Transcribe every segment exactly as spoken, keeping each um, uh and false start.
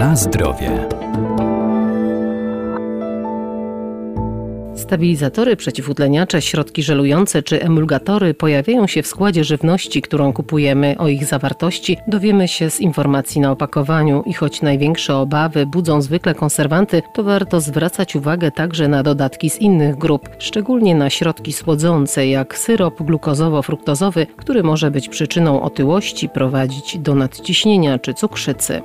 Na zdrowie. Stabilizatory przeciwutleniacze, środki żelujące czy emulgatory pojawiają się w składzie żywności, którą kupujemy. O ich zawartości dowiemy się z informacji na opakowaniu i choć największe obawy budzą zwykle konserwanty, to warto zwracać uwagę także na dodatki z innych grup, szczególnie na środki słodzące jak syrop glukozowo-fruktozowy, który może być przyczyną otyłości, prowadzić do nadciśnienia czy cukrzycy.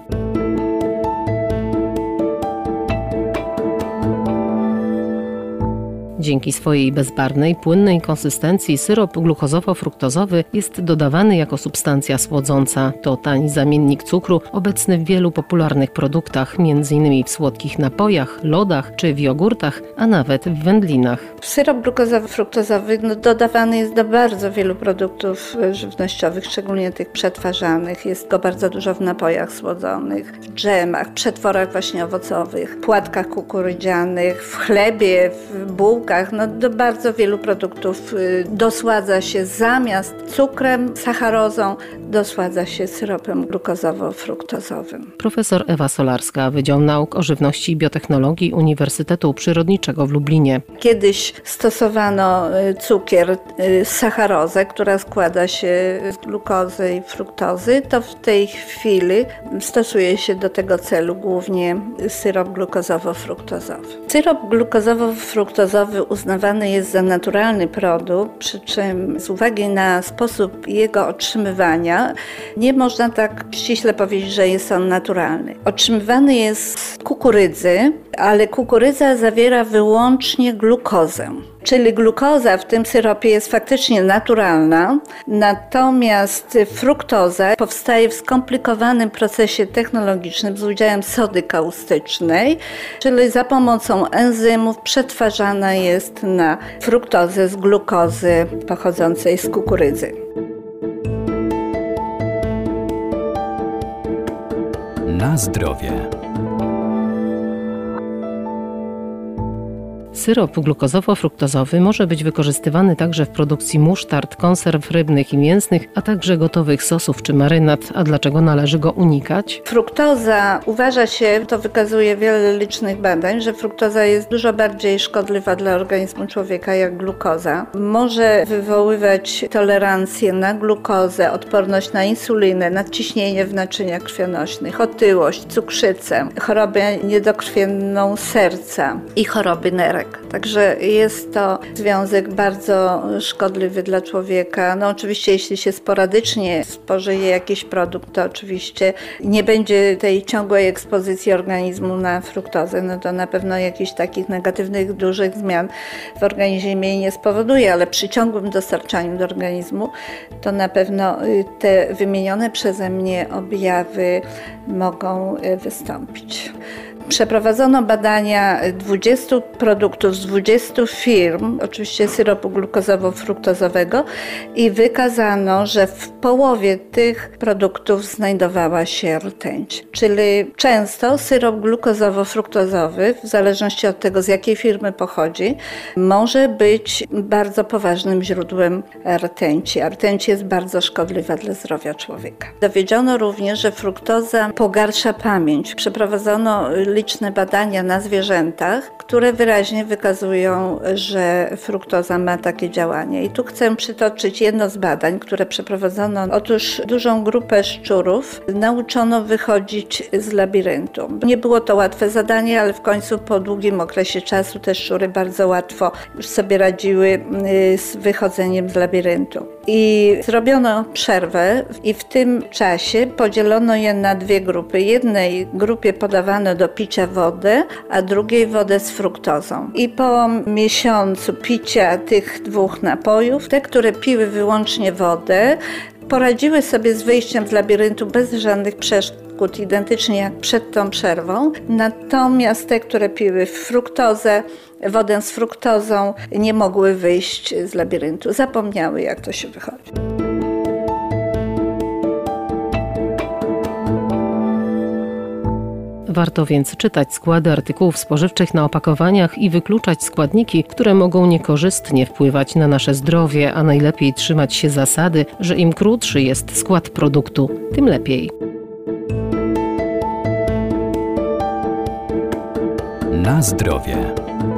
Dzięki swojej bezbarwnej, płynnej konsystencji syrop glukozowo-fruktozowy jest dodawany jako substancja słodząca. To tani zamiennik cukru obecny w wielu popularnych produktach, m.in. w słodkich napojach, lodach czy w jogurtach, a nawet w wędlinach. Syrop glukozowo-fruktozowy no, dodawany jest do bardzo wielu produktów żywnościowych, szczególnie tych przetwarzanych. Jest go bardzo dużo w napojach słodzonych, w dżemach, przetworach właśnie owocowych, płatkach kukurydzianych, w chlebie, w bułkach. No, do bardzo wielu produktów dosładza się zamiast cukrem, sacharozą, dosładza się syropem glukozowo-fruktozowym. Profesor Ewa Solarska, Wydział Nauk o Żywności i Biotechnologii Uniwersytetu Przyrodniczego w Lublinie. Kiedyś stosowano cukier, sacharozę, która składa się z glukozy i fruktozy, to w tej chwili stosuje się do tego celu głównie syrop glukozowo-fruktozowy. Syrop glukozowo-fruktozowy uznawany jest za naturalny produkt, przy czym z uwagi na sposób jego otrzymywania nie można tak ściśle powiedzieć, że jest on naturalny. Otrzymywany jest z kukurydzy, ale kukurydza zawiera wyłącznie glukozę. Czyli glukoza w tym syropie jest faktycznie naturalna, natomiast fruktoza powstaje w skomplikowanym procesie technologicznym z udziałem sody kaustycznej, czyli za pomocą enzymów przetwarzana jest na fruktozę z glukozy pochodzącej z kukurydzy. Na zdrowie. Syrop glukozowo-fruktozowy może być wykorzystywany także w produkcji musztard, konserw rybnych i mięsnych, a także gotowych sosów czy marynat. A dlaczego należy go unikać? Fruktoza uważa się, to wykazuje wiele licznych badań, że fruktoza jest dużo bardziej szkodliwa dla organizmu człowieka jak glukoza. Może wywoływać tolerancję na glukozę, odporność na insulinę, nadciśnienie w naczyniach krwionośnych, otyłość, cukrzycę, chorobę niedokrwienną serca i choroby nerek. Także jest to związek bardzo szkodliwy dla człowieka. No oczywiście jeśli się sporadycznie spożyje jakiś produkt, to oczywiście nie będzie tej ciągłej ekspozycji organizmu na fruktozę. No to na pewno jakichś takich negatywnych, dużych zmian w organizmie nie spowoduje, ale przy ciągłym dostarczaniu do organizmu to na pewno te wymienione przeze mnie objawy mogą wystąpić. Przeprowadzono badania dwudziestu produktów z dwudziestu firm, oczywiście syropu glukozowo-fruktozowego i wykazano, że w połowie tych produktów znajdowała się rtęć. Czyli często syrop glukozowo-fruktozowy, w zależności od tego z jakiej firmy pochodzi, może być bardzo poważnym źródłem rtęci, a rtęć jest bardzo szkodliwa dla zdrowia człowieka. Dowiedziono również, że fruktoza pogarsza pamięć. Przeprowadzono liczne badania na zwierzętach, które wyraźnie wykazują, że fruktoza ma takie działanie. I tu chcę przytoczyć jedno z badań, które przeprowadzono. Otóż dużą grupę szczurów nauczono wychodzić z labiryntu. Nie było to łatwe zadanie, ale w końcu po długim okresie czasu te szczury bardzo łatwo już sobie radziły z wychodzeniem z labiryntu. I zrobiono przerwę i w tym czasie podzielono je na dwie grupy. Jednej grupie podawano do picia wodę, a drugiej wodę z fruktozą. I po miesiącu picia tych dwóch napojów, te, które piły wyłącznie wodę, poradziły sobie z wyjściem z labiryntu bez żadnych przeszkód, identycznie jak przed tą przerwą. Natomiast te, które piły fruktozę, wodę z fruktozą, nie mogły wyjść z labiryntu. Zapomniały, jak to się wychodzi. Warto więc czytać składy artykułów spożywczych na opakowaniach i wykluczać składniki, które mogą niekorzystnie wpływać na nasze zdrowie, a najlepiej trzymać się zasady, że im krótszy jest skład produktu, tym lepiej. Na zdrowie.